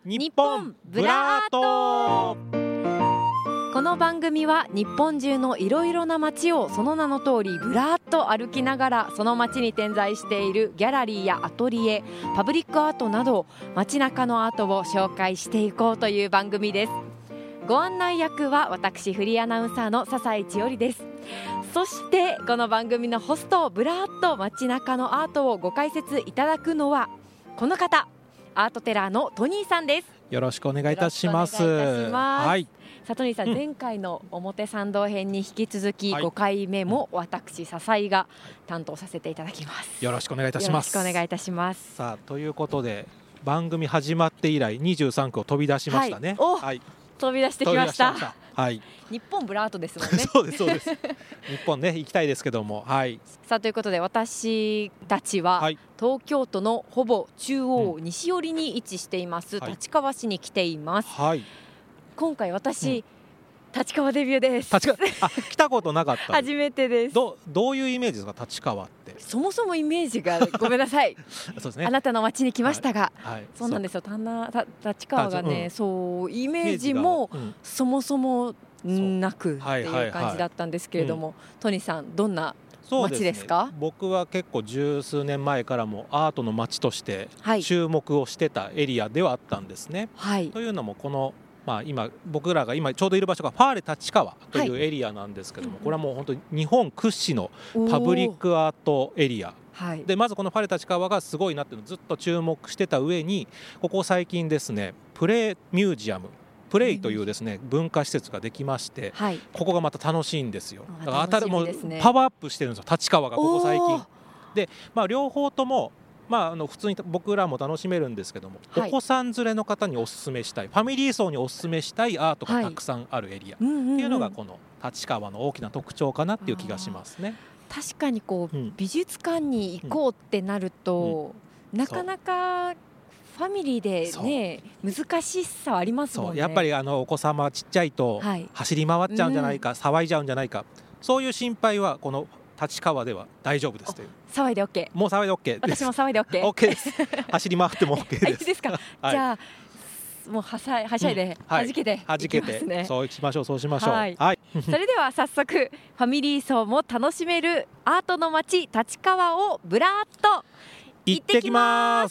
日本ブラート。 この番組は日本中のいろいろな街をその名の通りブラーッと歩きながら、その街に点在しているギャラリーやアトリエ、パブリックアートなど街中のアートを紹介していこうという番組です。ご案内役は私フリーアナウンサーの笹井千織です。そしてこの番組のホスト、ブラーッと街中のアートをご解説いただくのはこの方、アートテラーのトニーさんです。 よろしくお願いいたします。 はい。さあトニーさん、前回の表参道編に引き続き5回目も私笹井が担当させていただきます。 よろしくお願いいたします。 よろしくお願いいたします。 さあということで番組始まって以来23区を飛び出しましたね。 はい、飛び出してきました。 はい、 日本ブラートですもんね。 そうですそうです。日本ね行きたいですけども、はい。 さあということで私たちは、東京都のほぼ中央、西寄りに位置しています、立川市に来ています。今回私、立川デビューです。 来たことなかった。 初めてです。 どういうイメージですか、立川って。 そもそもイメージがごめんなさい。 そうですね。 あなたの街に来ましたが、そうなんですよ。立川がね、そうイメージもそもそもなくっていう感じだったんですけれども、トニーさんどんな街ですか？ 僕は結構十数年前からもアートの街として注目をしてたエリアではあったんですね。というのもこの今僕らが今ちょうどいる場所がファーレ立川というエリアなんですけども、これはもう本当に日本屈指のパブリックアートエリアで、まずこのファーレ立川がすごいなっていうのをずっと注目してた上に、ここ最近ですね、プレイミュージアム、プレイというですね文化施設ができまして、ここがまた楽しいんですよ。だからもうパワーアップしてるんですよ、立川がここ最近で。両方とも普通に僕らも楽しめるんですけども、お子さん連れの方におすすめしたい、ファミリー層におすすめしたいアートがたくさんあるエリアっていうのがこの立川の大きな特徴かなっていう気がしますね。 確かにこう、美術館に行こうってなると、なかなかファミリーでね難しさはありますもんね。 やっぱりお子様ちっちゃいと走り回っちゃうんじゃないか、騒いじゃうんじゃないか、そういう心配はこの立川では大丈夫ですという。 騒いで OK。 もう騒いで OK です。 私も騒いで OK。 OK です。走り回っても OK です。 いいですか。じゃあもうはしゃいで弾けていきますね。 そうしましょう、そうしましょう。 それでは早速ファミリー層も楽しめるアートの街立川をブラーッと行ってきます。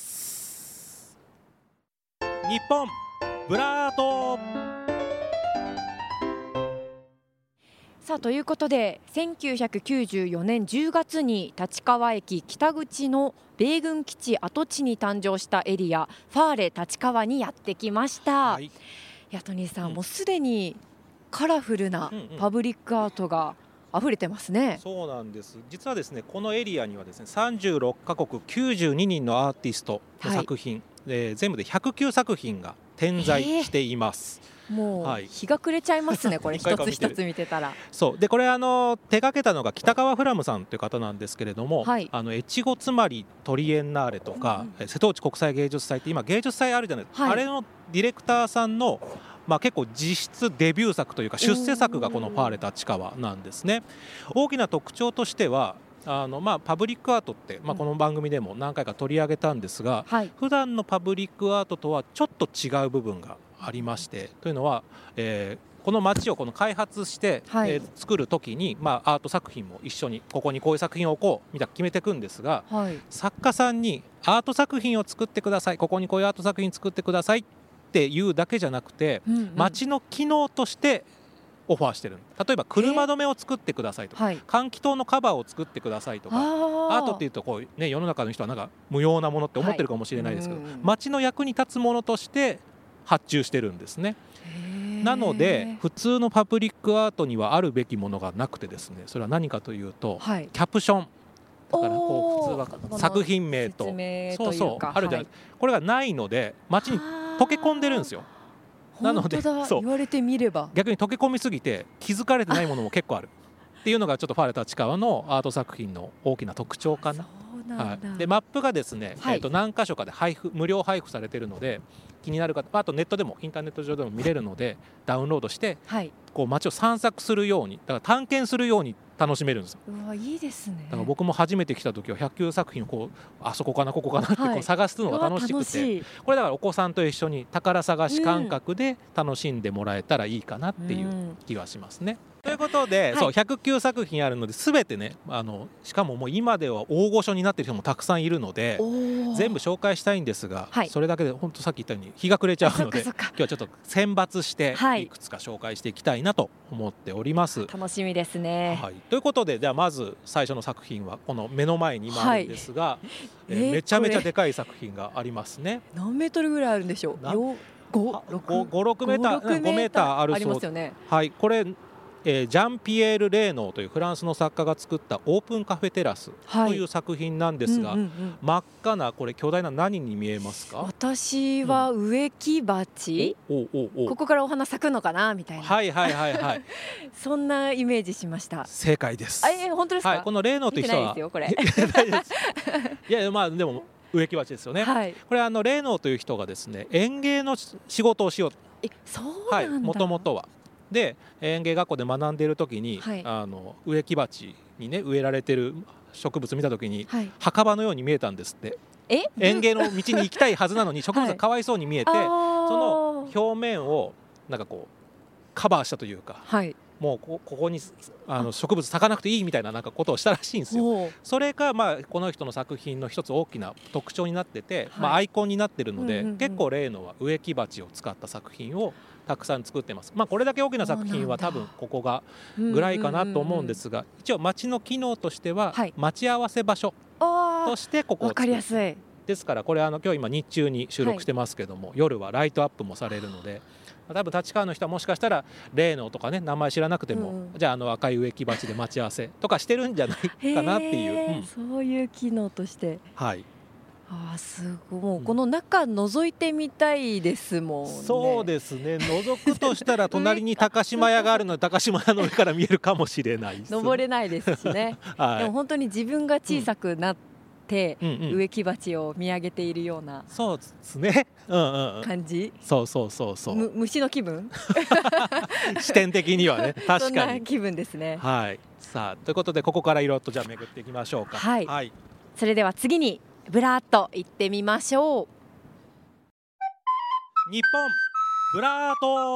日本ブラート。 さあということで、1994年10月に立川駅北口の米軍基地跡地に誕生したエリア、ファーレ立川にやってきました。いやトニーさん、もうすでにカラフルなパブリックアートが溢れてますね。 そうなんです。実はですね、このエリアにはですね36カ国92人のアーティストの作品、全部で109作品が点在しています。 もう日が暮れちゃいますね、これ一つ一つ見てたら。 そうで、これ手掛けたのが北川フラムさんという方なんですけれども、越後つまりトリエンナーレとか、瀬戸内国際芸術祭って今芸術祭あるじゃないですか、あれのディレクターさんの結構実質デビュー作というか出世作がこのファーレ立川なんですね。大きな特徴としてはパブリックアートって、この番組でも何回か取り上げたんですが、普段のパブリックアートとはちょっと違う部分がありまして、というのは、この街を開発して、作る時に、アート作品も一緒にここにこういう作品を置こうみたいな決めていくんですが、作家さんにアート作品を作ってください、ここにこういうアート作品作ってくださいっていうだけじゃなくて、街の機能としてオファーしてる。例えば車止めを作ってくださいとか、換気筒のカバーを作ってくださいとか、アートっていうと世の中の人はなんか無用なものって思ってるかもしれないですけど、街の役に立つものとして発注してるんですね。なので普通のパブリックアートにはあるべきものがなくてですね、それは何かというと、キャプションだから普通は作品名とそうあるじゃない、これがないので街に溶け込んでるんですよ。なので言われてみれば逆に溶け込みすぎて気づかれてないものも結構あるっていうのがちょっとファーレ立川のアート作品の大きな特徴かな。でマップがですね、何箇所かで無料配布されているので、 気になる方、あとネットでもインターネット上でも見れるのでダウンロードして、 はい、 こう街を散策するように、だから探検するように楽しめるんですよ。 うわいいですね。 だから僕も初めて来た時は100級作品をこうあそこかなここかなってこう探すのが楽しくて、これだからお子さんと一緒に宝探し感覚で楽しんでもらえたらいいかなっていう気がしますね。ということで、そう109作品あるので全てねしかももう今では大御所になっている人もたくさんいるので全部紹介したいんですが、それだけで本当さっき言ったように日が暮れちゃうので今日はちょっと選抜していくつか紹介していきたいなと思っております。 楽しみですね。 はい、ということでじゃあまず最初の作品はこの目の前に今あるんですが、めちゃめちゃでかい作品がありますね。 何メートルぐらいあるんでしょう。5、6メーター、 5メーターあるそう。 ありますよね。 はい、これジャンピエール・レーノーというフランスの作家が作ったオープンカフェテラスという作品なんですが、真っ赤なこれ巨大な何に見えますか？ 私は植木鉢、ここからお花咲くのかなみたいな、はいそんなイメージしました。 正解です。 本当ですか？ はい、このレーノーという人はこれいやまあでも植木鉢ですよね。これレーノーという人がですね園芸の仕事をしようと。 そうなんだ。 もともとはで園芸学校で学んでいる時に、植木鉢にね植えられてる植物見た時に、墓場のように見えたんですって。園芸の道に行きたいはずなのに植物がかわいそうに見えて、その表面をなんかこうカバーしたというか、もうここに植物咲かなくていいみたいななんかことをしたらしいんですよ。それがこの人の作品の一つ大きな特徴になってて、アイコンになってるので、結構レーノーは植木鉢を使った作品をたくさん作ってます。これだけ大きな作品は多分ここがぐらいかなと思うんですが、一応街の機能としては待ち合わせ場所としてここを作って、分かりやすいですから、これ今日今日中に収録してますけども、夜はライトアップもされるので、多分立川の人はもしかしたらレーノーとかね名前知らなくても、じゃあ赤い植木鉢で待ち合わせとかしてるんじゃないかなっていう、 そういう機能として。すごい。もうこの中覗いてみたいですもんね。 そうですね。覗くとしたら隣に高島屋があるので高島屋の上から見えるかもしれないです。 登れないですしね。でも本当に自分が小さくなって植木鉢を見上げているような、 そうですね。 感じ。 そう虫の気分。 視点的にはね、確かにそんな気分ですね。 さあということでここからいろいろとじゃあ巡っていきましょうか。 それでは次にブラーっと行ってみましょう。 日本ブラート。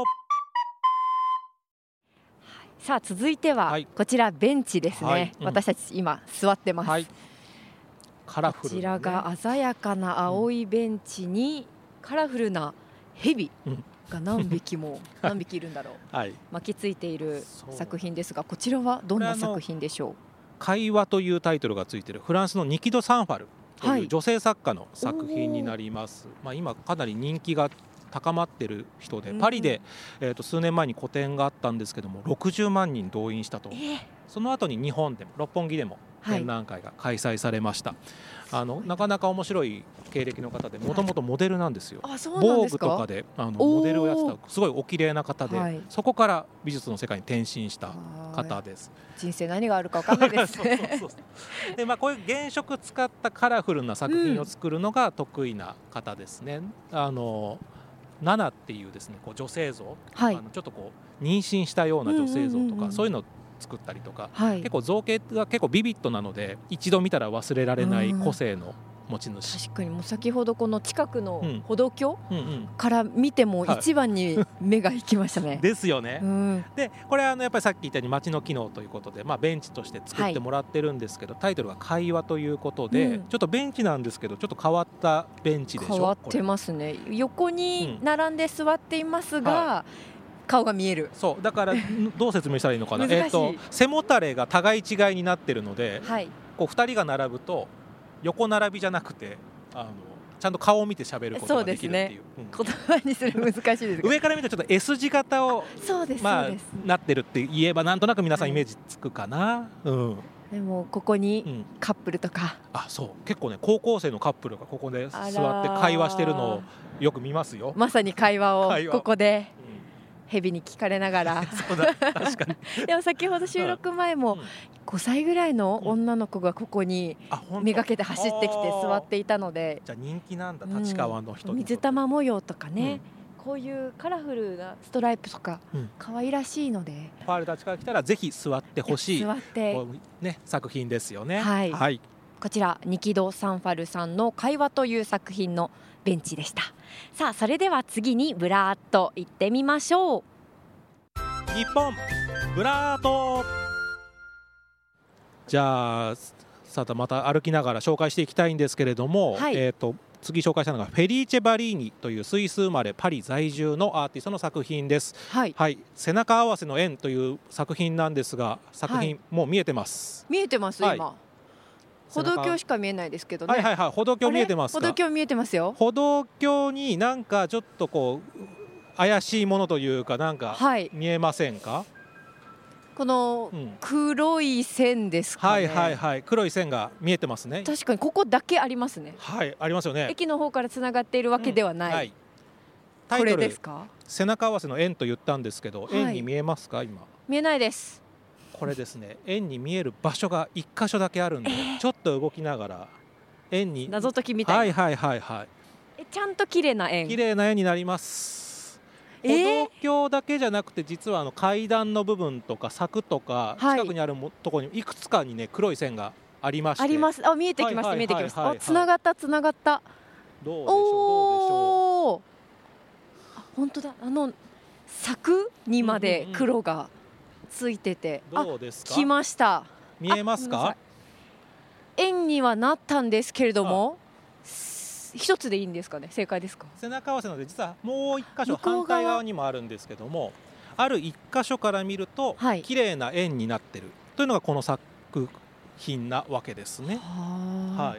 さあ続いてはこちらベンチですね。私たち今座ってます。 カラフル、 こちらが鮮やかな青いベンチにカラフルなヘビが何匹も何匹いるんだろう、巻きついている作品ですが、こちらはどんな作品でしょう？ 会話というタイトルがついているフランスのニキド・サンファルという女性作家の作品になります。今かなり人気が高まっている人で、パリで、数年前に個展があったんですけども60万人動員したと。その後に日本でも六本木でも展覧会が開催されました。なかなか面白い経歴の方で、もともとモデルなんですよ。ボーグとかでモデルをやってたすごいお綺麗な方で、そこから美術の世界に転身した方です。 人生何があるか分かんないですね。 でこういう原色使ったカラフルな作品を作るのが得意な方ですね。ナナっていうですね女性像、ちょっと妊娠したような女性像とか、そういうのを作ったりとか、結構造形が結構ビビッドなので一度見たら忘れられない個性の持ち主。 確かにもう先ほどこの近くの歩道橋から見ても一番に目が行きましたね。 ですよね。でこれやっぱりさっき言ったように街の機能ということで、ベンチとして作ってもらってるんですけど、タイトルが会話ということで、ちょっとベンチなんですけどちょっと変わったベンチでしょ。 変わってますね。横に並んで座っていますが、顔が見える。 そうだからどう説明したらいいのかな。背もたれが互い違いになってるので、2人が並ぶと横並びじゃなくてちゃんと顔を見て喋ることができるっていう。 言葉にする難しいです上から見るとちょっと S 字型をなってるって言えばなんとなく皆さんイメージつくかな。 でもここにカップルとか、 そう結構ね高校生のカップルがここで座って会話してるのをよく見ますよ。 まさに会話をここで。 蛇に聞かれながらそうだ、確かにでも先ほど収録前も5歳ぐらいの女の子がここにめがけて走ってきて座っていたので、 じゃあ人気なんだ、立川の人に。 水玉模様とかね、こういうカラフルなストライプとか可愛らしいので、 ファール立川来たらぜひ座ってほしい座って、 ね、作品ですよね。 はい、はい、こちらニキド・サンファルさんの会話という作品のベンチでした。さあそれでは次にブラーっと行ってみましょう。 日本ブラート。じゃあさあまた歩きながら紹介していきたいんですけれども、はい、次紹介したのがフェリーチェ・バリーニというスイス生まれパリ在住のアーティストの作品です。はい、はい、背中合わせの円という作品なんですが、作品もう見えてます。 見えてます、はい、今歩道橋しか見えないですけどね。 はいはいはい、歩道橋見えてますか。 歩道橋見えてますよ。 歩道橋になんかちょっとこう怪しいものというかなんか見えませんか。はい、 この黒い線ですかね。 はいはいはい、黒い線が見えてますね。 確かにここだけありますね。 はい、ありますよね。 駅の方からつながっているわけではない。はい、 タイトルこれですか。 背中合わせの円と言ったんですけど、円に見えますか。今見えないです。 これですね、円に見える場所が1箇所だけあるんで、ちょっと動きながら円に謎解きみたいな。 はいはいはいはい。 ちゃんと綺麗な円。 綺麗な円になります。歩道橋だけじゃなくて、実は階段の部分とか柵とか近くにあるところにいくつかにね黒い線がありまして。 あります。あ、見えてきました、見えてきました。つながったつながった。 どうでしょうどうでしょう。あ、本当だ。柵にまで黒がついてて、 どうですか。 来ました。 見えますか。 円にはなったんですけれども、一つでいいんですかね。正解ですか。 背中合わせなので、実はもう一箇所反対側にもあるんですけども、ある一箇所から見ると綺麗な円になってるというのがこの作品なわけですね。 はい、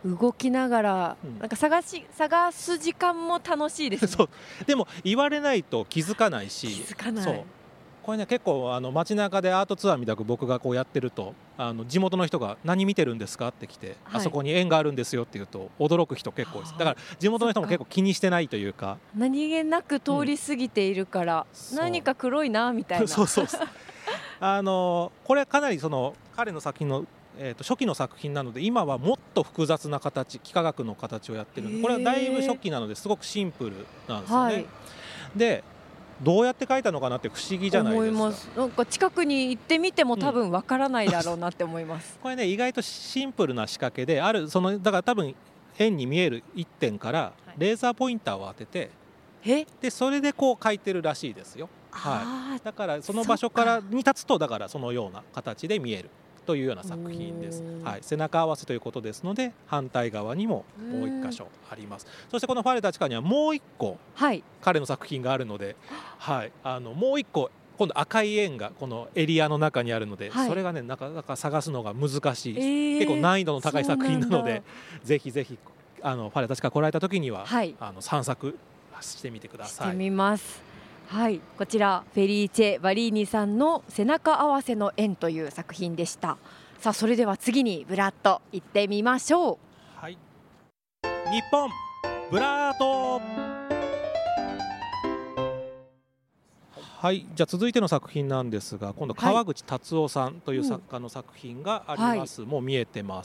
動きながら、なんか探す時間も楽しいですね。 そう、でも言われないと気づかないし、 気づかない。 そう、これね、結構街中でアートツアーみたく僕がこうやってると、地元の人が何見てるんですかって来て、あそこに円があるんですよって言うと驚く人結構です。だから地元の人も結構気にしてないというか、 何気なく通り過ぎているから、何か黒いなみたいな。 そうそうこれかなり彼の作品の初期の作品なので、今はもっと複雑な形、幾何学の形をやってる。これはだいぶ初期なのですごくシンプルなんですよね。でどうやって描いたのかなって不思議じゃないですか。思います。 なんか近くに行ってみても多分わからないだろうなって思います。 これね、意外とシンプルな仕掛けである。だから多分円に見える一点からレーザーポインターを当てて、でそれでこう描いてるらしいですよ。はい、だからその場所からに立つと、だからそのような形で見えるというような作品です。はい、背中合わせということですので、反対側にももう一箇所あります。そしてこのファレ立川にはもう一個、彼の作品があるので、はい、もう一個今度赤い円がこのエリアの中にあるので、それがねなかなか探すのが難しい、結構難易度の高い作品なので、ぜひぜひファレ立川来られた時には、散策してみてください。 してみます。はい、こちらフェリーチェ・バリーニさんの背中合わせの円という作品でした。さあそれでは次にブラッと行ってみましょう。 はい、日本ブラート。はい、じゃあ続いての作品なんですが、今度川口達夫さんという作家の作品があります。もう見えてます。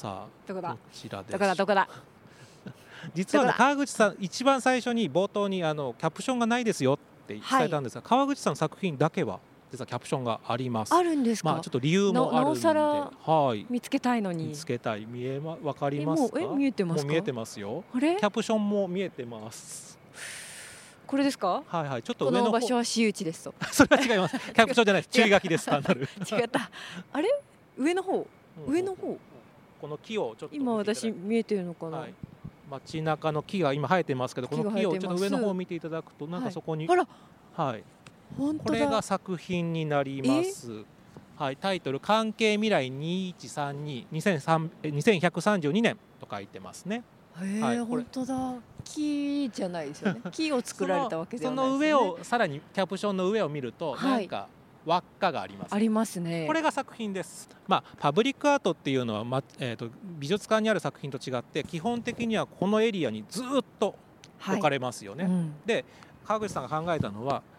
さあどこだ、 こちらです。 どこだ実は、ね、川口さん一番最初に冒頭にキャプションがないですよって伝えたんですが、川口さんの作品だけは実はキャプションがあります。 あるんですか。 ちょっと理由もあるんで、 はい、見つけたいのに。 見つけたい。わかりますか。 見えてますか。 もう見えてますよ。 あれ、 キャプションも見えてます。 これですか。 はいはい、ちょっと上の方。 この場所は私有地ですと。 それは違います。キャプションじゃないです。注意書きです。単なる。 違った。あれ、上の方、上の方。 この木をちょっと今私見えてるのかな。 街中の木が今生えてますけど、この木をちょっと上の方を見ていただくと、なんかそこに、はい、これが作品になります。はい、タイトル関係未来2132 2132年と書いてますね。 はい、本当だ。木じゃないですよね。木を作られたわけではないですね。 その上をさらにキャプションの上を見ると、なんか輪っかがあります。 ありますね。 これが作品です。パブリックアートっていうのは、美術館にある作品と違って基本的にはこのエリアにずっと置かれますよね。で川口さんが考えたのは、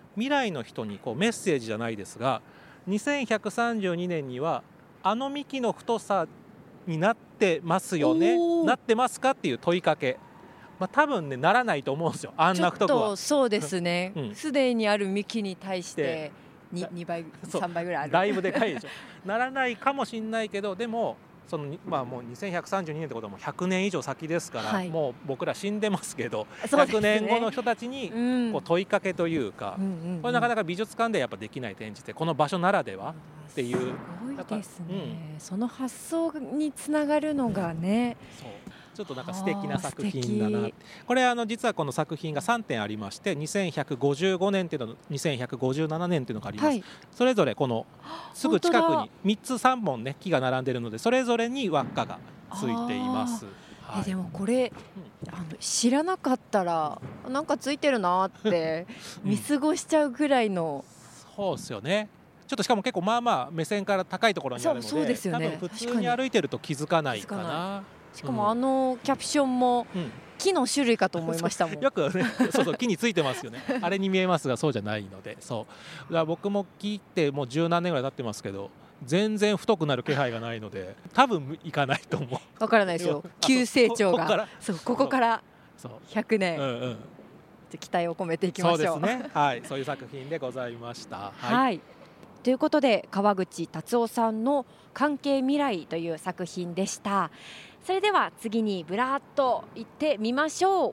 未来の人にこうメッセージじゃないですが、2132年にはあの幹の太さになってますよね、なってますかっていう問いかけ、多分ねならないと思うんですよ、あんな太くは。 ちょっとそうですね、すでにある幹に対して2倍3倍ぐらいある、 だいぶでかいでしょならないかもしれないけど、でももう2132年ってことはもう100年以上先ですから、もう僕ら死んでますけど、100年後の人たちにこう問いかけというか、これなかなか美術館でやっぱできない展示で、この場所ならではっていう。すごいですね、その発想につながるのがね、 ちょっとなんか素敵な作品だな。これ実はこの作品が3点ありまして、2155年っていうのと2157年っていうのがあります、それぞれこのすぐ近くに3つ3本ね木が並んでいるので、それぞれに輪っかがついています。 でもこれ、知らなかったらなんかついてるなって見過ごしちゃうぐらいの、 そうですよね。ちょっとしかも結構目線から高いところにあるので、 そうですよね、 多分普通に歩いてると気づかないかな。 しかもキャプションも木の種類かと思いましたもん。 よくね、そう木についてますよねあれに見えますがそうじゃないので、そうだから僕も木ってもう十何年ぐらい経ってますけど、全然太くなる気配がないので多分いかないと思う。 わからないですよ、急成長がここから100年、期待を込めていきましょう。 そうですね、はい、そういう作品でございました。 はい、ということで川口達夫さんの関係未来という作品でした。それでは次にブラーっと行ってみましょう。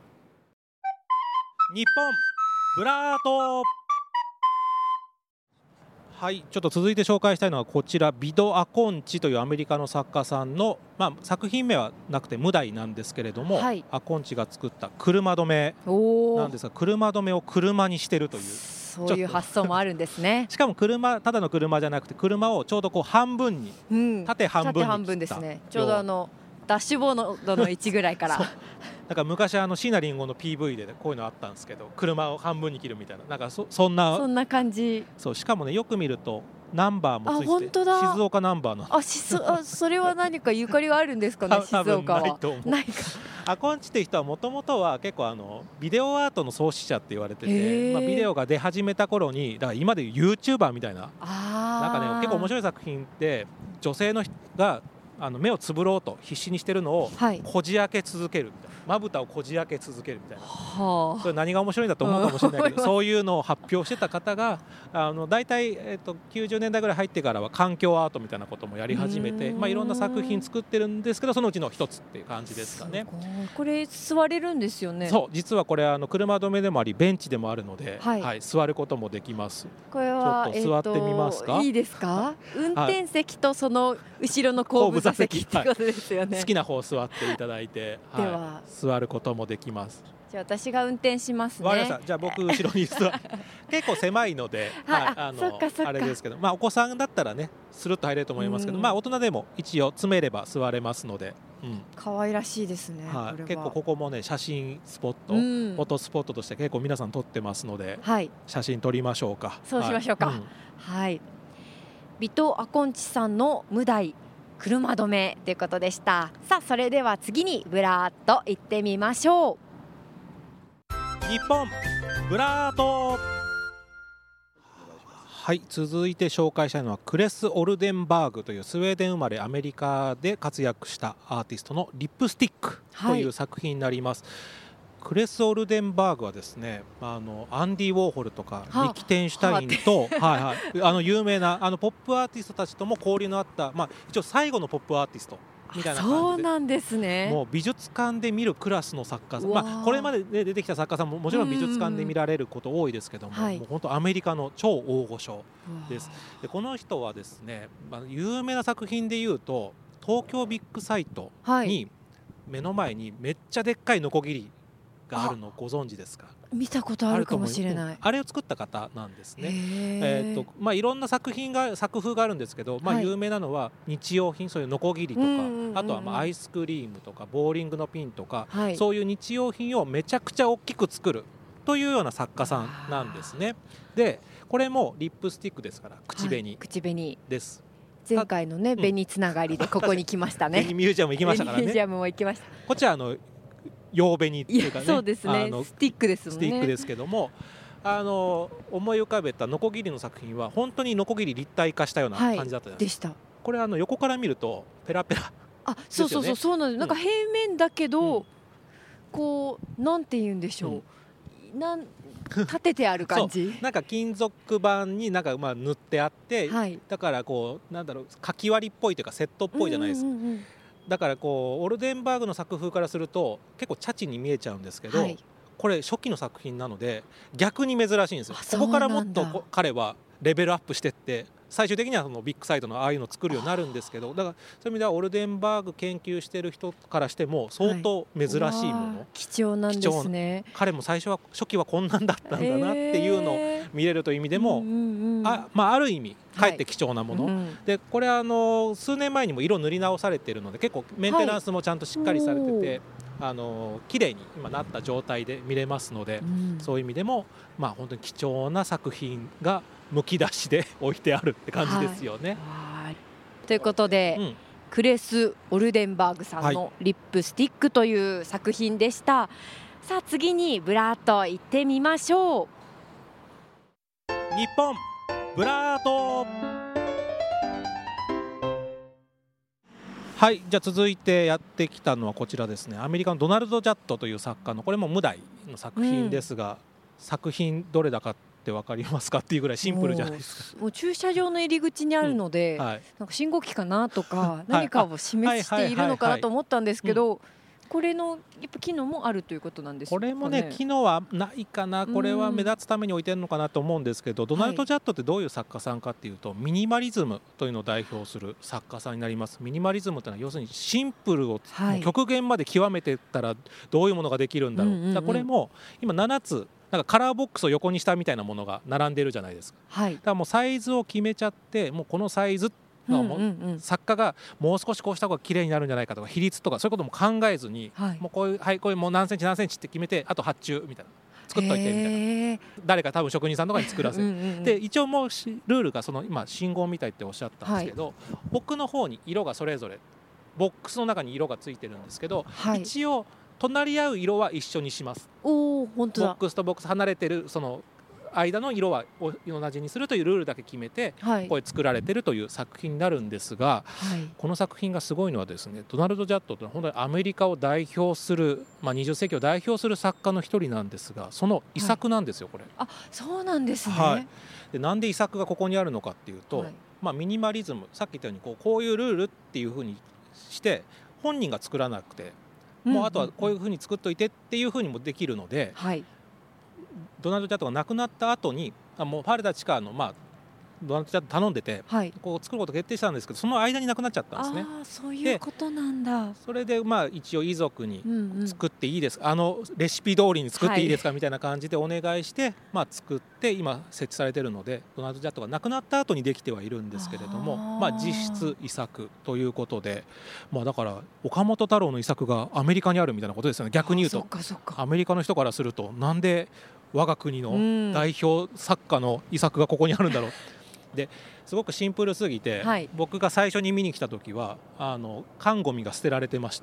日本ブラート。はい、ちょっと続いて紹介したいのはこちら、ビド・アコンチというアメリカの作家さんの、作品名はなくて無題なんですけれども、アコンチが作った車止めなんですが、車止めを車にしてるという、 そういう発想もあるんですねしかもただの車じゃなくて、車をちょうどこう半分に、縦半分にですね。ちょうどダッシュボードの位置ぐらいからなんか昔椎名林檎の PV でこういうのあったんですけど、車を半分に切るみたいな、なんかそんな感じ。そう、しかもね、よく見るとナンバーもついてて、静岡ナンバーのそれは何かゆかりがあるんですかね静岡は。 ないか。アコンチって人はもともとは結構ビデオアートの創始者って言われてて、ビデオが出始めた頃に、だから今でいう YouTuber みたいな、なんかね結構面白い作品で、女性の人が目をつぶろうと必死にしてるのをこじ開け続けるみたいな、まぶたをこじ開け続けるみたいな、それ何が面白いんだと思うかもしれないけどそういうのを発表してた方が大体90年代ぐらい入ってからは環境アートみたいなこともやり始めて、いろんな作品作ってるんですけど、そのうちの一つっていう感じですかね。 これ座れるんですよね。 そう、実はこれ車止めでもありベンチでもあるので、座ることもできます。 これはちょっと座ってみますか。 いいですか。運転席とその後ろの後部座席ってことですよね。 好きな方座っていただいて、では座ることもできます。 じゃあ私が運転しますね。 わかりました。じゃあ僕後ろに座る結構狭いので、あれですけど、お子さんだったらねスルッと入れると思いますけど、大人でも一応詰めれば座れますので、 可愛らしいですね。 結構ここもね写真スポット、フォトスポットとして結構皆さん撮ってますので、写真撮りましょうか。 そうしましょうか。はい。ビト・アコンチさんの無題車止めということでした。さあ、それでは次にブラーっと行ってみましょう。 日本ブラート。はい、続いて紹介したいのはクレス・オルデンバーグというスウェーデン生まれアメリカで活躍したアーティストのリップスティックという作品になります。クレス・オルデンバーグはですね、アンディ・ウォーホルとかリキテンシュタインと有名なポップアーティストたちとも交流のあった、一応最後のポップアーティストみたいな感じで、 そうなんですね。 もう美術館で見るクラスの作家さん、これまで、出てきた作家さんももちろん美術館で見られること多いですけども、もう本当アメリカの超大御所です。でこの人はですね、有名な作品でいうと東京ビッグサイトに目の前にめっちゃでっかいノコギリがあるのご存知ですか。 見たことあるかもしれない。 あれを作った方なんですね。いろんな作風があるんですけど、有名なのは日用品、そういうノコギリとか、あとはアイスクリームとかボーリングのピンとか、そういう日用品をめちゃくちゃ大きく作るというような作家さんなんですね。でこれもリップスティックですから口紅です。 前回のね紅つながりでここに来ましたね。 紅ミュージアム行きましたからね。 ミュージアムも行きました。 こっちは洋紅っていうかね、 そうですね、スティックですもんね。 スティックですけども、 思い浮かべたノコギリの作品は本当にノコギリ立体化したような感じだったじゃないですか、 でした。 これ横から見るとペラペラ、 そうそうそう、そうなんです。なんか平面だけど、こうなんて言うんでしょう、立ててある感じなんか金属板になんか塗ってあって、だからかき割りっぽいというかセットっぽいじゃないですか、だからオルデンバーグの作風からすると結構チャチに見えちゃうんですけど、これ初期の作品なので逆に珍しいんですよ。ここからもっと彼はレベルアップしてって最終的にはそのビッグサイトのああいうのを作るようになるんですけど、だからそういう意味ではオルデンバーグ研究してる人からしても相当珍しいもの、 貴重なんですね。 彼も最初は初期はこんなんだったんだなっていうのを見れるという意味でも、ある意味かえって貴重なもの、でこれ数年前にも色塗り直されているので結構メンテナンスもちゃんとしっかりされてて、綺麗に今なった状態で見れますので、そういう意味でも本当に貴重な作品がむき出しで置いてあるって感じですよね。 ということで、クレス・オルデンバーグさんのリップスティックという作品でした。さあ次にブラート行ってみましょう。 日本ブラート。はい、じゃあ続いてやってきたのはこちらですね。アメリカのドナルド・ジャットという作家の、これも無題の作品ですが、作品どれだかって分かりますかっていうぐらいシンプルじゃないですか。 もう駐車場の入り口にあるので、なんか信号機かなとか何かを示しているのかなと思ったんですけど、これのやっぱ機能もあるということなんですかね。 これもね機能はないかな。これは目立つために置いてるのかなと思うんですけど、ドナルド・ジャットってどういう作家さんかっていうと、ミニマリズムというのを代表する作家さんになります。ミニマリズムというのは要するにシンプルを極限まで極めていったらどういうものができるんだろう。だからこれも今7つなんかカラーボックスを横にしたみたいなものが並んでるじゃないですか。だからもうサイズを決めちゃって、もうこのサイズ作家がもう少しこうした方が綺麗になるんじゃないかとか比率とかそういうことも考えずに、もうこういうもう何センチ何センチって決めて、あと発注みたいな作っといてみたいな、誰か多分職人さんとかに作らせるで、一応もうルールが今信号みたいっておっしゃったんですけど、奥の方に色がそれぞれボックスの中に色がついてるんですけど、一応隣り合う色は一緒にします。 本当だ。 ボックスとボックス離れてるその間の色は同じにするというルールだけ決めて、これ作られてるという作品になるんですが、この作品がすごいのはですね、ドナルド・ジャットというのは本当にアメリカを代表する、20世紀を代表する作家の一人なんですが、その遺作なんですよこれ。 そうなんですね。 でなんで遺作がここにあるのかっていうと、ミニマリズム、さっき言ったようにこういうルールっていう風にして本人が作らなくて、もうあとはこういう風に作っといてっていう風にもできるので、ドナルド・ジャットが亡くなった後にもうファレダ・チカーのドナルド・ジャット頼んでて、こう作ることを決定したんですけど、その間に亡くなっちゃったんですね。 そういうことなんだ。 それで一応遺族に作っていいですか、レシピ通りに作っていいですかみたいな感じでお願いして、作って今設置されているので、ドナルド・ジャットが亡くなった後にできてはいるんですけれども、実質遺作ということで、だから岡本太郎の遺作がアメリカにあるみたいなことですよね。逆に言うとアメリカの人からすると、なんで我が国の代表作家の遺作がここにあるんだろうですごくシンプルすぎて、僕が最初に見に来た時は缶ゴミが捨てられてました。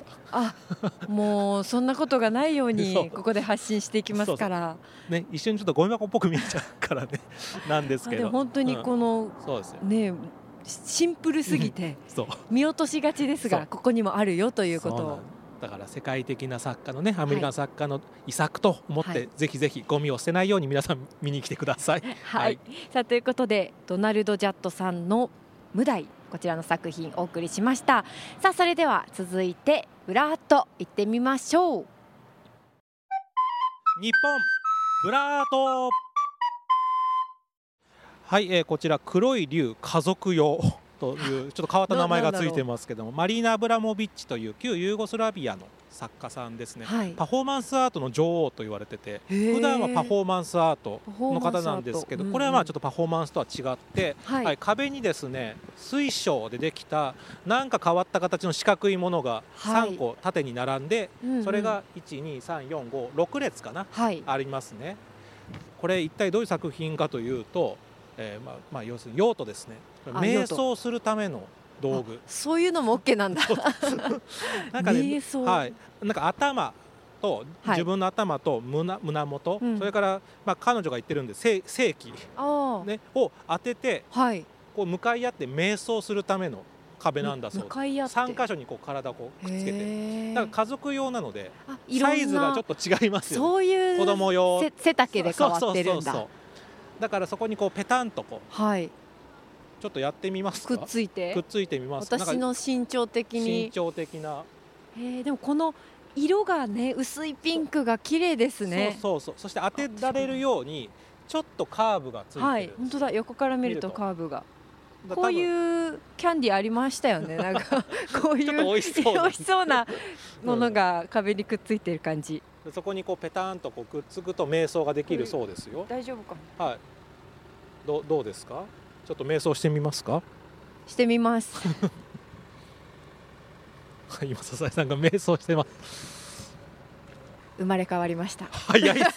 もうそんなことがないようにここで発信していきますからね、一瞬ちょっとゴミ箱っぽく見えちゃうからねなんですけど、 本当にこの、ねシンプルすぎて見落としがちですが、ここにもあるよということを。 だから世界的な作家のね、アメリカの作家の遺作と思って、ぜひぜひゴミを捨てないように皆さん見に来てください。 さあということでドナルド・ジャットさんの無題、こちらの作品お送りしました。さあそれでは続いてブラーっと行ってみましょう。 日本ブラート。はい、こちら黒い竜家族用というちょっと変わった名前がついてますけども、マリーナ・アブラモビッチという旧ユーゴスラビアの作家さんですね。パフォーマンスアートの女王と言われてて、普段はパフォーマンスアートの方なんですけど、これはちょっとパフォーマンスとは違って、壁にですね水晶でできたなんか変わった形の四角いものが3個縦に並んで、それが12345列かな、ありますね。これ一体どういう作品かというと、要するに用途ですね。瞑想するための道具。 そういうのも OK なんだ。 なんかね、 瞑想、 なんか頭と自分の頭と胸元、それから、彼女が言ってるんで正気、ね、を当てて、こう向かい合って瞑想するための壁なんだそうです。3箇所にこう体をこうくっつけて、だから家族用なのでサイズがちょっと違いますよね。 そういう子供用背丈で変わってるんだ。 だからそこにこうペタンとこう、ちょっとやってみますか。 くっついてみます。 私の身長的な。 でもこの色がね、薄いピンクが綺麗ですね。 そして当てられるようにちょっとカーブがついてる。 本当だ、横から見るとカーブが。こういうキャンディーありましたよね。なんかこういう美味しそうなものが壁にくっついてる感じ。 そこにこうペタンとこうくっつくと瞑想ができるそうですよ。 大丈夫かな。はい。どうですか。ちょっと瞑想してみますか。 してみます。 今笹井さんが瞑想してます。 生まれ変わりました。 早い。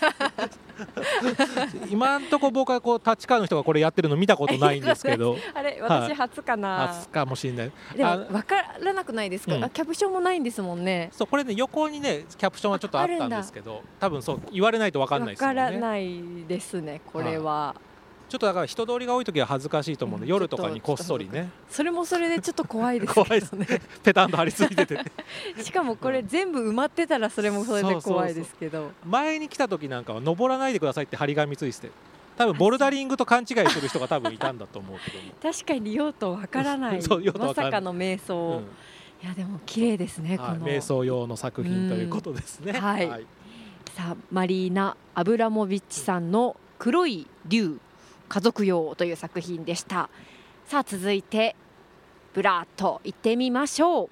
今んとこ僕はこう立川の人がこれやってるの見たことないんですけど。 あれ、私初かな。 初かもしれない。 でも分からなくないですか。キャプションもないんですもんね。 そう、これね、横にねキャプションはちょっとあったんですけど、多分そう言われないと分かんないですよね。 分からないですね、これは。 ちょっとだから人通りが多い時は恥ずかしいと思うので、夜とかにこっそりね。 それもそれでちょっと怖いですけどね。怖いですね。 ペタンと張り付いてて。 しかもこれ全部埋まってたらそれもそれで怖いですけど。 前に来た時なんかは登らないでくださいって張り紙ついてて、多分ボルダリングと勘違いする人が多分いたんだと思うけども。 確かに用途わからない。まさかの瞑想。いやでも綺麗ですね。この瞑想用の作品ということですね。 はい。さあマリーナ・アブラモビッチさんの黒い竜家族用という作品でした。さあ続いてブラーっと行ってみましょう。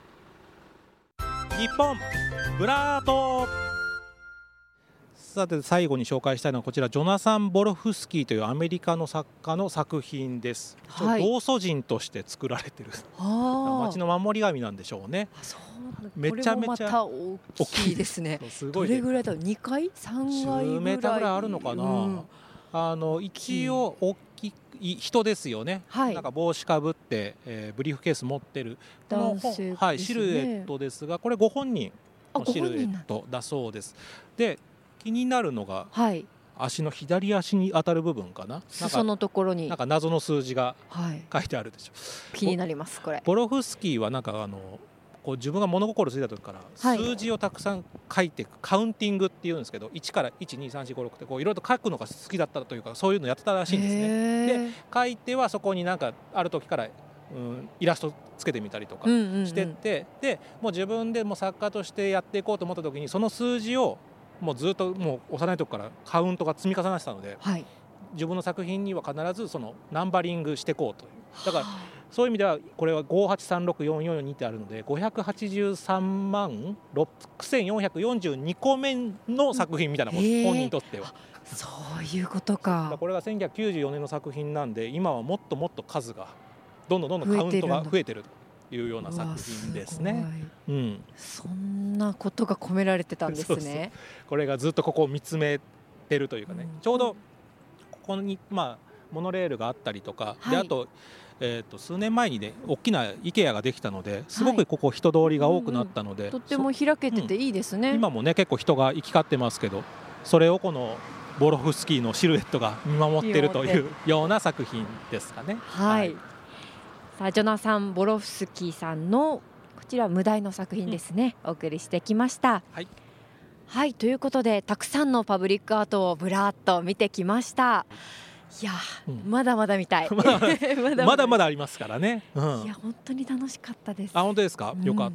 日本ブラート。さて最後に紹介したいのはこちらジョナサン・ボロフスキーというアメリカの作家の作品です。道祖神として作られている町の守り神なんでしょうね。めちゃめちゃ大きいですね。どれぐらいだろう。2階3階 10メーターぐらいあるのかな。一応大きい人ですよね。なんか帽子かぶって、ブリーフケース持ってる男性、 シルエットですが、これご本人のシルエットだそうです。で気になるのが、足の左足に当たる部分かな。 裾のところになんか謎の数字が書いてあるでしょ。 気になりますこれ。 ボロフスキーはなんかこう自分が物心ついた時から数字をたくさん書いていくカウンティングっていうんですけど、1から12345ってこういろいろと書くのが好きだったというか、そういうのやってたらしいんですね。で書いてはそこになんかある時からイラストつけてみたりとかしてって、でもう自分でも作家としてやっていこうと思った時にその数字をもうずっともう幼い時からカウントが積み重なってたので、自分の作品には必ずそのナンバリングしていこうという。だからそういう意味ではこれは5836442ってあるので583万6442個目の作品みたいなこと、本人にとっては。 そういうことか。 これが1994年の作品なんで、今はもっともっと数がどんどんカウントが増えてるというような作品ですね。 そんなことが込められてたんですね。 これがずっとここを見つめてるというかね、ちょうどここにモノレールがあったりとかで、あと数年前にね大きな IKEA ができたので、すごくここ人通りが多くなったので、 とっても開けてていいですね。 今もね結構人が行き交ってますけど、それをこのボロフスキーのシルエットが見守っているというような作品ですかね。 さあジョナサン・ボロフスキーさんのこちら無題の作品ですね、お送りしてきました。ということでたくさんのパブリックアートをぶらっと見てきました。いや、まだまだ見たい。 まだまだありますからね。いや本当に楽しかったです。 本当ですか。よかった。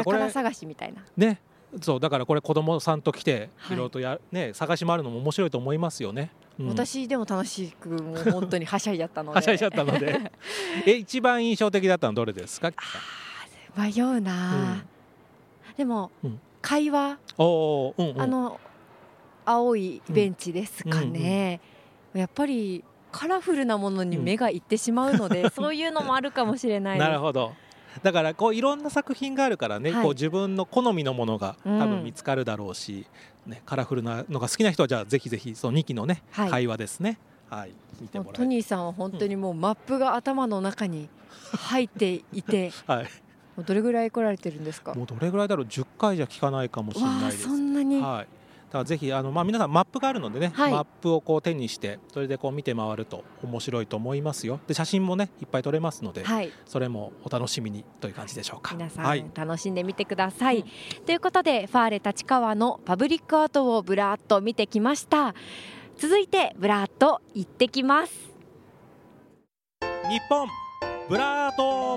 宝探しみたいなね。そうだからこれ子供さんと来ていろいろと探し回るのも面白いと思いますよね。 私でも楽しくもう本当にはしゃいじゃったので。 はしゃいじゃったので。一番印象的だったのはどれですか。 迷うな。でも会話、青いベンチですかね。やっぱりカラフルなものに目がいってしまうので、そういうのもあるかもしれない。 なるほど。だからこういろんな作品があるからね、こう自分の好みのものが多分見つかるだろうし、カラフルなのが好きな人はじゃあぜひぜひその2期のね、会話ですね、見てもらい。 トニーさんは本当にもうマップが頭の中に入っていて、 どれぐらい来られてるんですか？ もうどれぐらいだろう、10回じゃ聞かないかもしれないです。 そんなに、 はい、だからぜひ皆さんマップがあるのでね、マップをこう手にしてそれでこう見て回ると面白いと思いますよ。で写真もねいっぱい撮れますので、それもお楽しみにという感じでしょうか。 皆さん、楽しんでみてください、ということでファーレ立川のパブリックアートをブラーっと見てきました。続いてブラーっと行ってきます。 日本ブラーっと。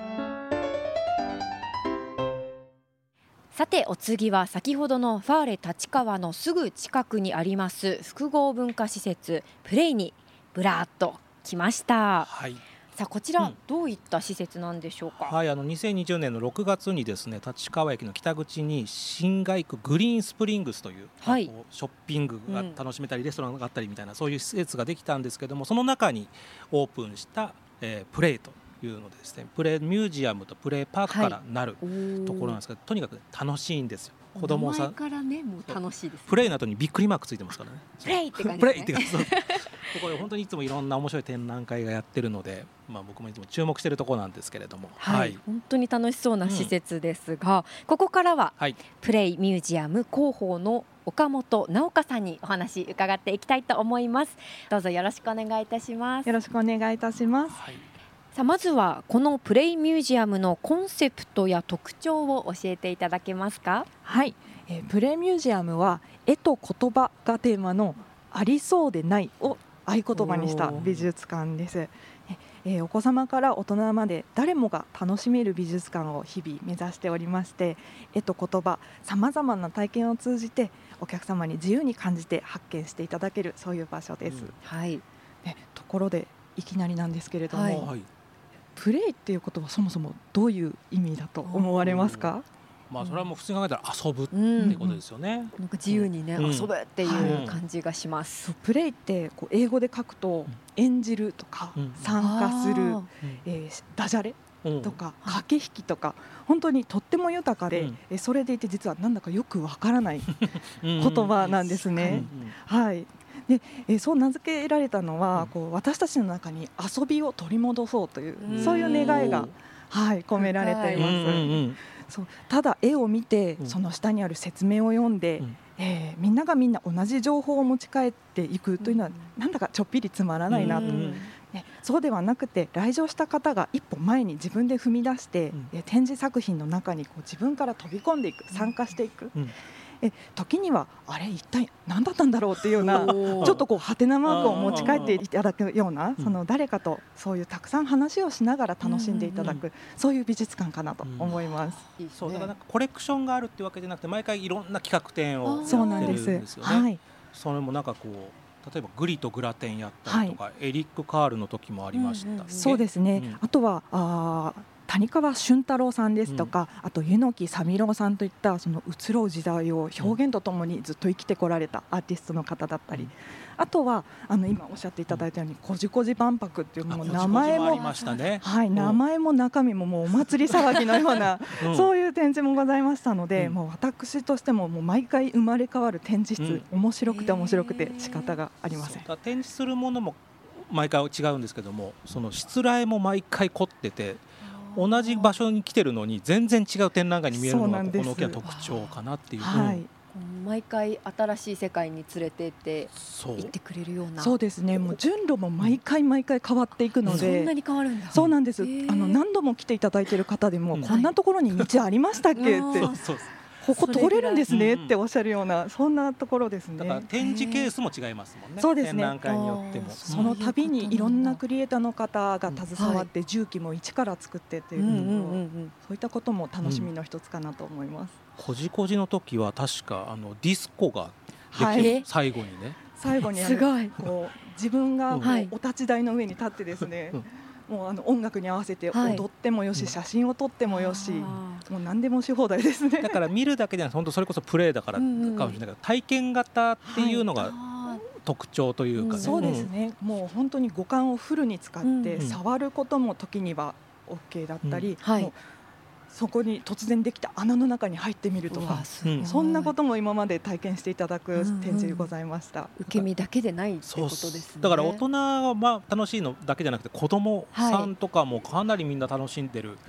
さてお次は先ほどのファーレ立川のすぐ近くにあります複合文化施設プレイにブラーっと来ました。さあこちらどういった施設なんでしょうか？ 2020年の6月にですね、立川駅の北口に新街区グリーンスプリングスという、ショッピングが楽しめたりレストランがあったりみたいなそういう施設ができたんですけども、その中にオープンした、プレイというのでですね、プレイミュージアムとプレイパークからなるところなんですが、とにかく楽しいんですよ。子供さんからね、もう楽しいです、ね、 プレイの後にびっくりマークついてますからね。 プレイって感じ、 プレイって感じこれ本当にいつもいろんな面白い展覧会がやってるので、僕もいつも注目しているところなんですけれども、 本当に楽しそうな施設ですが、ここからは、プレイミュージアム広報の岡本直香さんにお話伺っていきたいと思います。どうぞよろしくお願いいたします。 よろしくお願いいたします。 さあまずはこのプレイミュージアムのコンセプトや特徴を教えていただけますか？ はい、プレイミュージアムは絵と言葉がテーマのありそうでないを合言葉にした美術館です。お子様から大人まで誰もが楽しめる美術館を日々目指しておりまして、絵と言葉さまざまな体験を通じてお客様に自由に感じて発見していただけるそういう場所です。ところでいきなりなんですけれども、プレイっていうことはそもそもどういう意味だと思われますか？ それはもう普通に考えたら遊ぶってことですよね。 なんか自由にね、遊ぶっていう感じがします。 プレイってこう英語で書くと演じるとか参加する、ダジャレとか駆け引きとか本当にとっても豊かで、それでいて実はなんだかよくわからない言葉なんですね。でそう名付けられたのは、こう私たちの中に遊びを取り戻そうという、そういう願いが、込められています。ただ絵を見てその下にある説明を読んで、みんながみんな同じ情報を持ち帰っていくというのはなんだかちょっぴりつまらないなと、そうではなくて来場した方が一歩前に自分で踏み出して、展示作品の中にこう自分から飛び込んでいく、参加していく、時にはあれ一体何だったんだろうっていうようなちょっとこうハテナマークを持ち帰っていただくような、その誰かとそういうたくさん話をしながら楽しんでいただく、そういう美術館かなと思います。 そうだからなんかコレクションがあるってわけじゃなくて、毎回いろんな企画展をやってるんですよね。それもなんかこう例えばグリとグラテンやったりとか、エリック・カールの時もありましたね。 そうですね、あとは谷川俊太郎さんですとか、あと柚木三郎さんといったその移ろう時代を表現とともにずっと生きてこられたアーティストの方だったり、あとは今おっしゃっていただいたようにこじこじ万博っていうもう名前も名前も中身ももうお祭り騒ぎのようなそういう展示もございましたので、もう私としてももう毎回生まれ変わる展示室、面白くて仕方がありません。 展示するものも毎回違うんですけども、そのしつらえも毎回凝ってて、同じ場所に来てるのに全然違う展覧会に見えるのがここの大きな特徴かなっていう。 毎回新しい世界に連れてって行ってくれるような。 そうですね、もう順路も毎回変わっていくので。 そんなに変わるんだ。 そうなんです。何度も来ていただいている方でも、こんなところに道ありましたっけってここ通れるんですねっておっしゃるような、そんなところですね。 だから展示ケースも違いますもんね。 そうですね、 展覧会によってもその度にいろんなクリエイターの方が携わって重機も一から作ってっていうところ、そういったことも楽しみの一つかなと思います。 こじこじの時は確かディスコができて、最後にね、 すごいこう自分がお立ち台の上に立ってですね、もう音楽に合わせて踊ってもよし、写真を撮ってもよし、もう何でもし放題ですね。 だから見るだけじゃなくて、本当それこそプレイだからかもしれないけど、体験型っていうのが特徴というかね。 そうですね、もう本当に五感をフルに使って触ることも時には OK だったり、もうそこに突然できた穴の中に入ってみるとか、そんなことも今まで体験していただく展示でございました。 受け身だけでないってことですね。 だから大人は楽しいのだけじゃなくて、子供さんとかもかなりみんな楽しんでる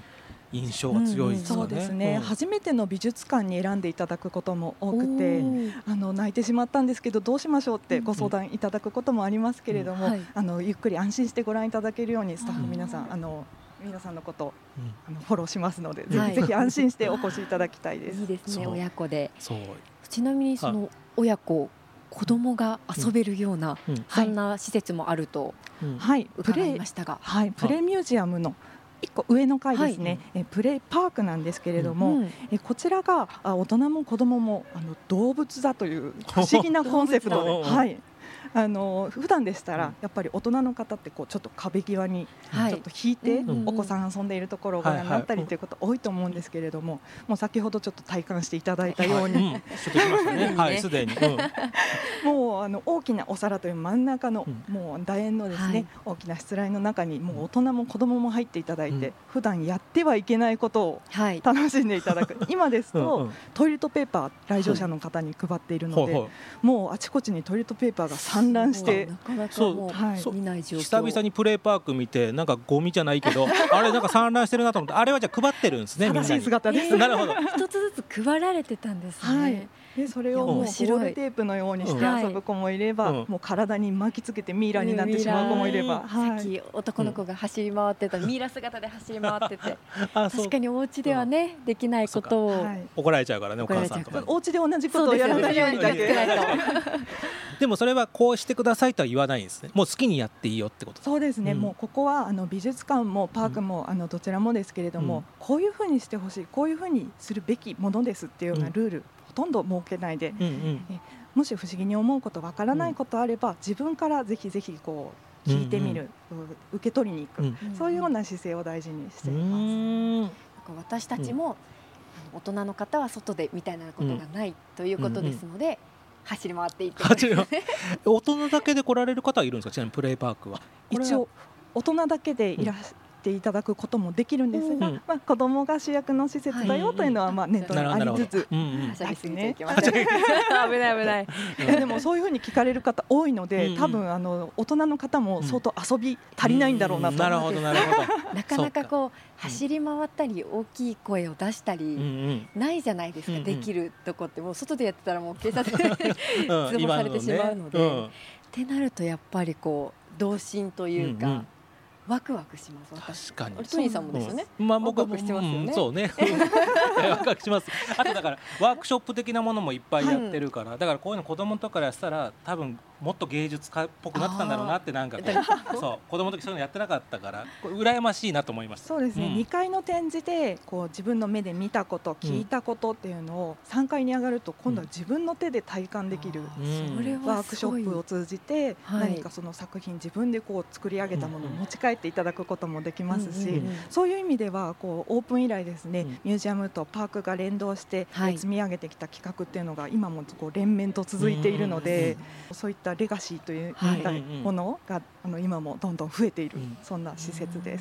印象が強いですかね。 そうですね、初めての美術館に選んでいただくことも多くて、泣いてしまったんですけどどうしましょうってご相談いただくこともありますけれども、ゆっくり安心してご覧いただけるようにスタッフ皆さん皆さんのこと、フォローしますので、ぜひぜひ安心してお越しいただきたいです。 いいですね、親子で。 そうちなみにその親子子供が遊べるような、そんな施設もあると伺いましたが、 プレイミュージアムの1個上の階ですね、プレイパークなんですけれども、こちらが大人も子供も動物だという不思議なコンセプトで普段でしたらやっぱり大人の方ってこうちょっと壁際にちょっと引いてお子さん遊んでいるところをご覧になったりということ多いと思うんですけれども、もう先ほどちょっと体感していただいたようにすでにもう大きなお皿という真ん中のもう楕円のですね大きなしつらいの中にもう大人も子供も入っていただいて、普段やってはいけないことを楽しんでいただく。今ですとトイレットペーパー来場者の方に配っているので、もうあちこちにトイレットペーパーが散乱してなかなかもう見ない状況。 久々にプレイパーク見てなんかゴミじゃないけどあれなんか散乱してるなと思って、あれはじゃあ配ってるんですね。みんなに正しい姿です。 なるほど。 一つずつ配られてたんですね。 でそれをもうゴールテープのようにして遊ぶ子もいれば、もう体に巻きつけてミイラになってしまう子もいれば、 さっき男の子が走り回ってた、ミイラ姿で走り回ってて確かにお家ではねできないことを怒られちゃうからね、お母さんとか。 お家で同じことをやらないようにだけでもそれはこうしてくださいとは言わないんですね。もう好きにやっていいよってこと。 そうですね、もうここは美術館もパークもどちらもですけれども、こういうふうにしてほしい、こういうふうにするべきものですっていうようなルールほとんど設けないで、もし不思議に思うことわからないことあれば、自分からぜひぜひこう聞いてみる、受け取りに行く、そういうような姿勢を大事にしています。 私たちも大人の方は外でみたいなことがないということですので、走り回っていって大人だけで来られる方はいるんですか。ちなみにプレイパークは一応大人だけでいらしていただくこともできるんですが、子供が主役の施設だよというのは念頭にありつつ、 はしゃぎすぎていきました。危ない危ない。 でもそういうふうに聞かれる方多いので、多分大人の方も相当遊び足りないんだろうなと。 なるほどなるほど。 なかなかこう走り回ったり大きい声を出したりないじゃないですか。できるとこってもう外でやってたらもう警察に通報されてしまうので、ってなるとやっぱりこう童心というか。ワクワクします。 確かに。 トニーさんもですよね。 僕はしてますよね。そうね。ワクワクします。あとだからワークショップ的なものもいっぱいやってるから、だからこういうの子供とかからしたら多分もっと芸術家っぽくなってたんだろうなって、なんかそう子供の時そういうのやってなかったからこれ羨ましいなと思いました。 そうですね。2階の展示でこう自分の目で見たこと聞いたことっていうのを3階に上がると今度は自分の手で体感できるワークショップを通じて何かその作品自分でこう作り上げたものを持ち帰っていただくこともできますし、そういう意味ではこうオープン以来ですね、ミュージアムとパークが連動して積み上げてきた企画っていうのが今もこう連綿と続いているので、そういったレガシーというものが今もどんどん増えている、そんな施設です。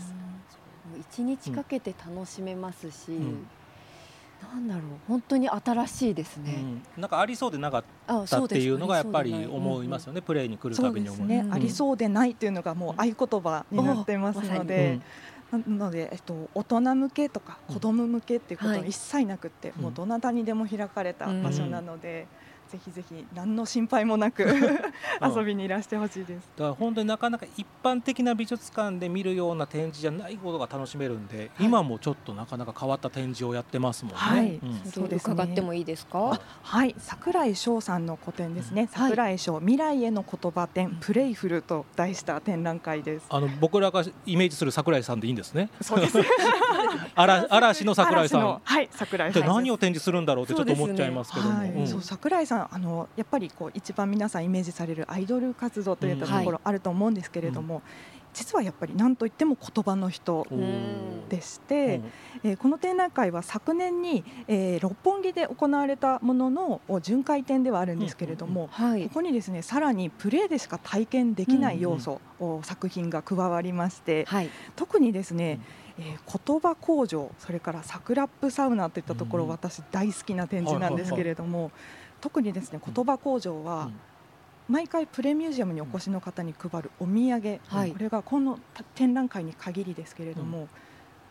1日かけて楽しめますし、なんだろう、本当に新しいですね。 なんかありそうでなかったっていうのがやっぱり思いますよね。プレイに来るたびに思う。 そうですね。ありそうでないっていうのがもう合言葉になってますので。なので、大人向けとか子供向けっていうことは一切なくって、もうどなたにでも開かれた場所なので、ぜひぜひ何の心配もなく遊びにいらしてほしいです。 だから本当になかなか一般的な美術館で見るような展示じゃないことが楽しめるんで、今もちょっとなかなか変わった展示をやってますもんね。 そうですね。伺ってもいいですか。 はい、櫻井翔さんの個展ですね。櫻井翔未来への言葉展プレイフルと題した展覧会です。 僕らがイメージする櫻井さんでいいんですね。 そうです。 嵐の櫻井さん。 はい、櫻井さん。 何を展示するんだろうってちょっと思っちゃいますけども。 そう、櫻井さんやっぱりこう一番皆さんイメージされるアイドル活動といったところあると思うんですけれども、実はやっぱり何といっても言葉の人でして、この展覧会は昨年に六本木で行われたものの巡回展ではあるんですけれども、ここにですねさらにプレイでしか体験できない要素、作品が加わりまして、特にですね言葉工場、それからサクラップサウナといったところ、私大好きな展示なんですけれども、特にですね言葉工場は毎回プレミュージアムにお越しの方に配るお土産、これがこの展覧会に限りですけれども、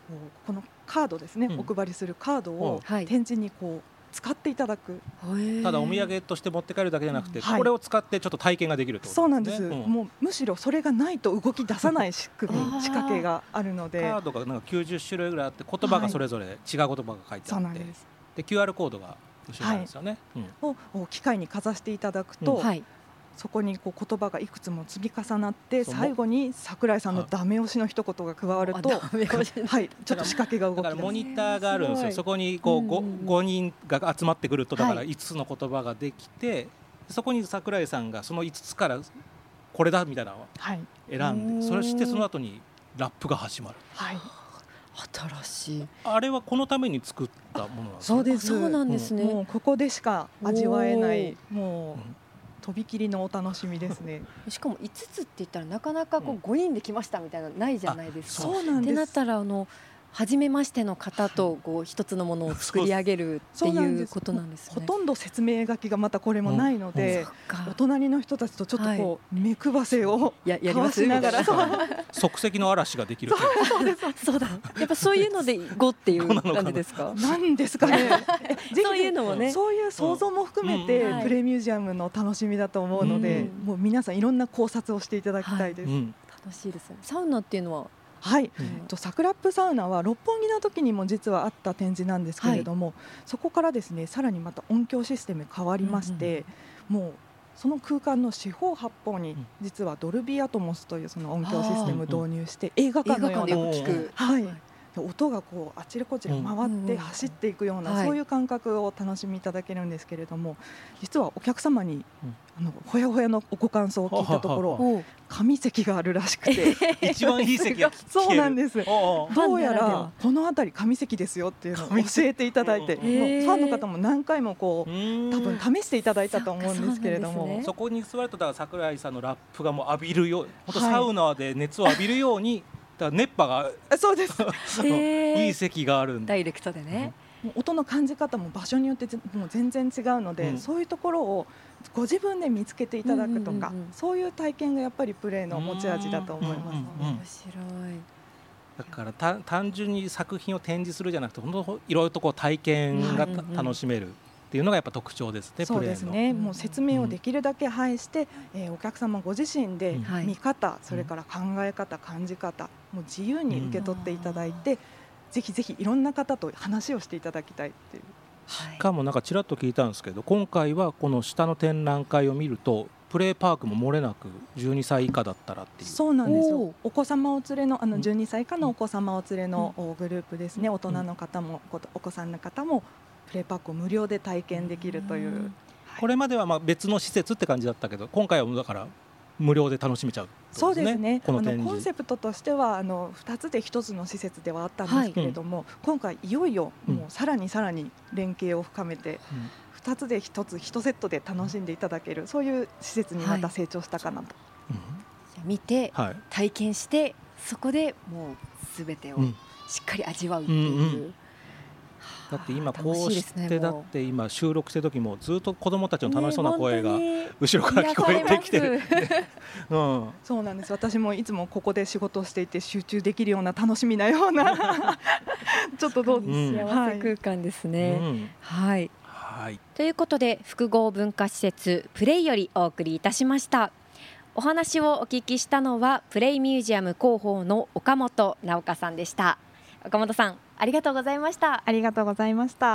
このカードですね、お配りするカードを展示に使っていただく。 ただお土産として持って帰るだけじゃなくて、これを使ってちょっと体験ができるってことですね。 そうなんです、もうむしろそれがないと動き出さない仕掛けがあるので、 カードがなんか90種類ぐらいあって、言葉がそれぞれ違う言葉が書いてあって、で QR コードが後ろなんですよね、 を機械にかざしていただくと、そこに言葉がいくつも積み重なって、最後に櫻井さんのダメ押しの一言が加わると、ちょっと仕掛けが動き出す。 だからモニターがあるんですよ。そこに5人が集まってくると、だから5つの言葉ができて、そこに櫻井さんがその5つからこれだみたいなのを選んで、そしてその後にラップが始まる。 新しい。 あれはこのために作ったものなんですか？ そうです。 そうなんですね。 もうここでしか味わえない、もうとびきりのお楽しみですね。 しかも5つって言ったらなかなか5人で来ましたみたいなないじゃないですか。 そうなんです。 ってなったら初めましての方と一つのものを作り上げるっていうことなんですね。 ほとんど説明書きがまたこれもないので、お隣の人たちとちょっと目配せを交わしながら、 即席の嵐ができる。 そうだ。やっぱそういうので5っていう感じですか？ なんですかね。 そういうのもね、 そういう想像も含めてプレイミュージアムの楽しみだと思うので、もう皆さんいろんな考察をしていただきたいです。 楽しいですね。サウナっていうのは。 はい、サクラップサウナは六本木の時にも実はあった展示なんですけれども、そこからですね、さらにまた音響システム変わりまして、もうその空間の四方八方に実はドルビーアトモスというその音響システムを導入して、映画館のような聞く、 音があちらこちら回って走っていくような、そういう感覚を楽しみいただけるんですけれども、実はお客様にほやほやのご感想を聞いたところ、神席があるらしくて一番いい席がそうなんです。どうやらこの辺り神席ですよっていうのを教えていただいて、ファンの方も何回も多分試していただいたと思うんですけれども、 そこに座るとだから櫻井さんのラップがもう浴びるよう、本当サウナで熱を浴びるように、だから熱波がそうですいい席があるんダイレクトでね、 音の感じ方も場所によってもう全然違うので、そういうところをご自分で見つけていただくとか、そういう体験がやっぱりプレイの持ち味だと思います。 面白い。 だから単純に作品を展示するじゃなくて、本当いろいろと体験が楽しめるっていうのがやっぱ特徴ですね。 そうですね。もう説明をできるだけ排して、お客様ご自身で見方、それから考え方、感じ方、もう自由に受け取っていただいて、ぜひぜひいろんな方と話をしていただきたいっていう。 しかもなんかちらっと聞いたんですけど、今回はこの下の展覧会を見るとプレイパークも漏れなく12歳以下だったらっていう。 そうなんですよ。お子様お連れの12歳以下のお子様お連れのグループですね。大人の方もお子さんの方もプレイパークを無料で体験できるという。 これまでは別の施設って感じだったけど、今回はだから無料で楽しめちゃう、 そうですね。 この展示コンセプトとしては2つで1つの施設ではあったんですけれども、今回いよいよもうさらに連携を深めて、2つで1つ1セットで楽しんでいただける、そういう施設にまた成長したかなと。 見て体験して、そこでもうすべてをしっかり味わうっていう。 だって今こうしてだって今収録してる時もずっと子どもたちの楽しそうな声が後ろから聞こえてきてる。 そうなんです。私もいつもここで仕事をしていて集中できるような楽しみなようなちょっと幸せ空間ですね。はい。ということで複合文化施設プレイよりお送りいたしました。お話をお聞きしたのはプレイミュージアム広報の岡本直香さんでした。岡本さん、ありがとうございました。 ありがとうございました。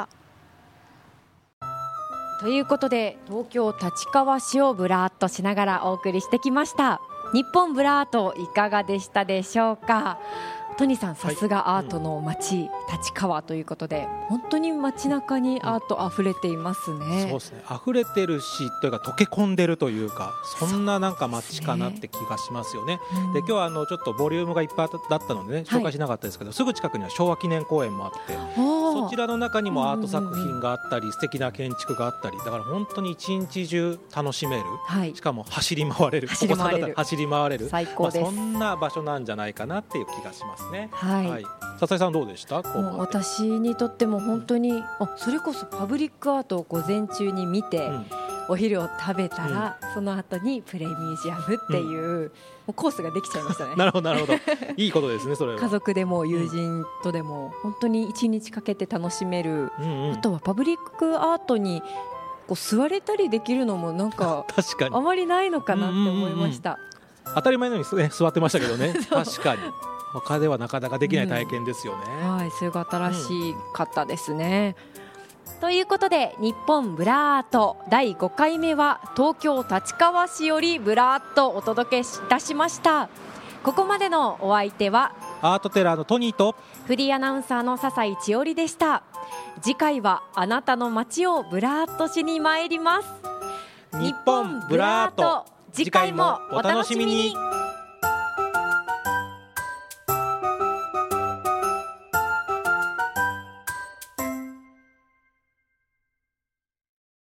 ということで東京立川市をブラーっとしながらお送りしてきました。日本ブラートいかがでしたでしょうか。トニーさん、さすがアートの街、立川ということで本当に街中にアートあふれていますね。 そうですね、あふれてるしというか溶け込んでるというか、そんななんか街かなって気がしますよね。で今日はちょっとボリュームがいっぱいだったのでね紹介しなかったですけど、すぐ近くには昭和記念公園もあって、そちらの中にもアート作品があったり素敵な建築があったり、だから本当に一日中楽しめる、しかも走り回れる、お子さんだったら走り回れる、 最高です。 そんな場所なんじゃないかなっていう気がしますね。 はい。 笹井さんどうでした？ 私にとっても本当にそれこそパブリックアートを午前中に見て、 お昼を食べたら、その後にプレイミュージアムっていう、もうコースができちゃいましたね。 なるほどなるほど、いいことですねそれは。 家族でも友人とでも本当に1日かけて楽しめる、あとはパブリックアートにこう座れたりできるのもなんか確かにあまりないのかなって思いました。 当たり前のように、座ってましたけどね確かに他ではなかなかできない体験ですよね。 はい、それが新しかったですね。ということで日本ブラアート第5回目は東京立川市よりブラーっとお届けいたしました。ここまでのお相手はアートテラーのトニーとフリーアナウンサーの笹井千織でした。次回はあなたの街をブラーっとしに参ります。 日本ブラーっと、次回もお楽しみに。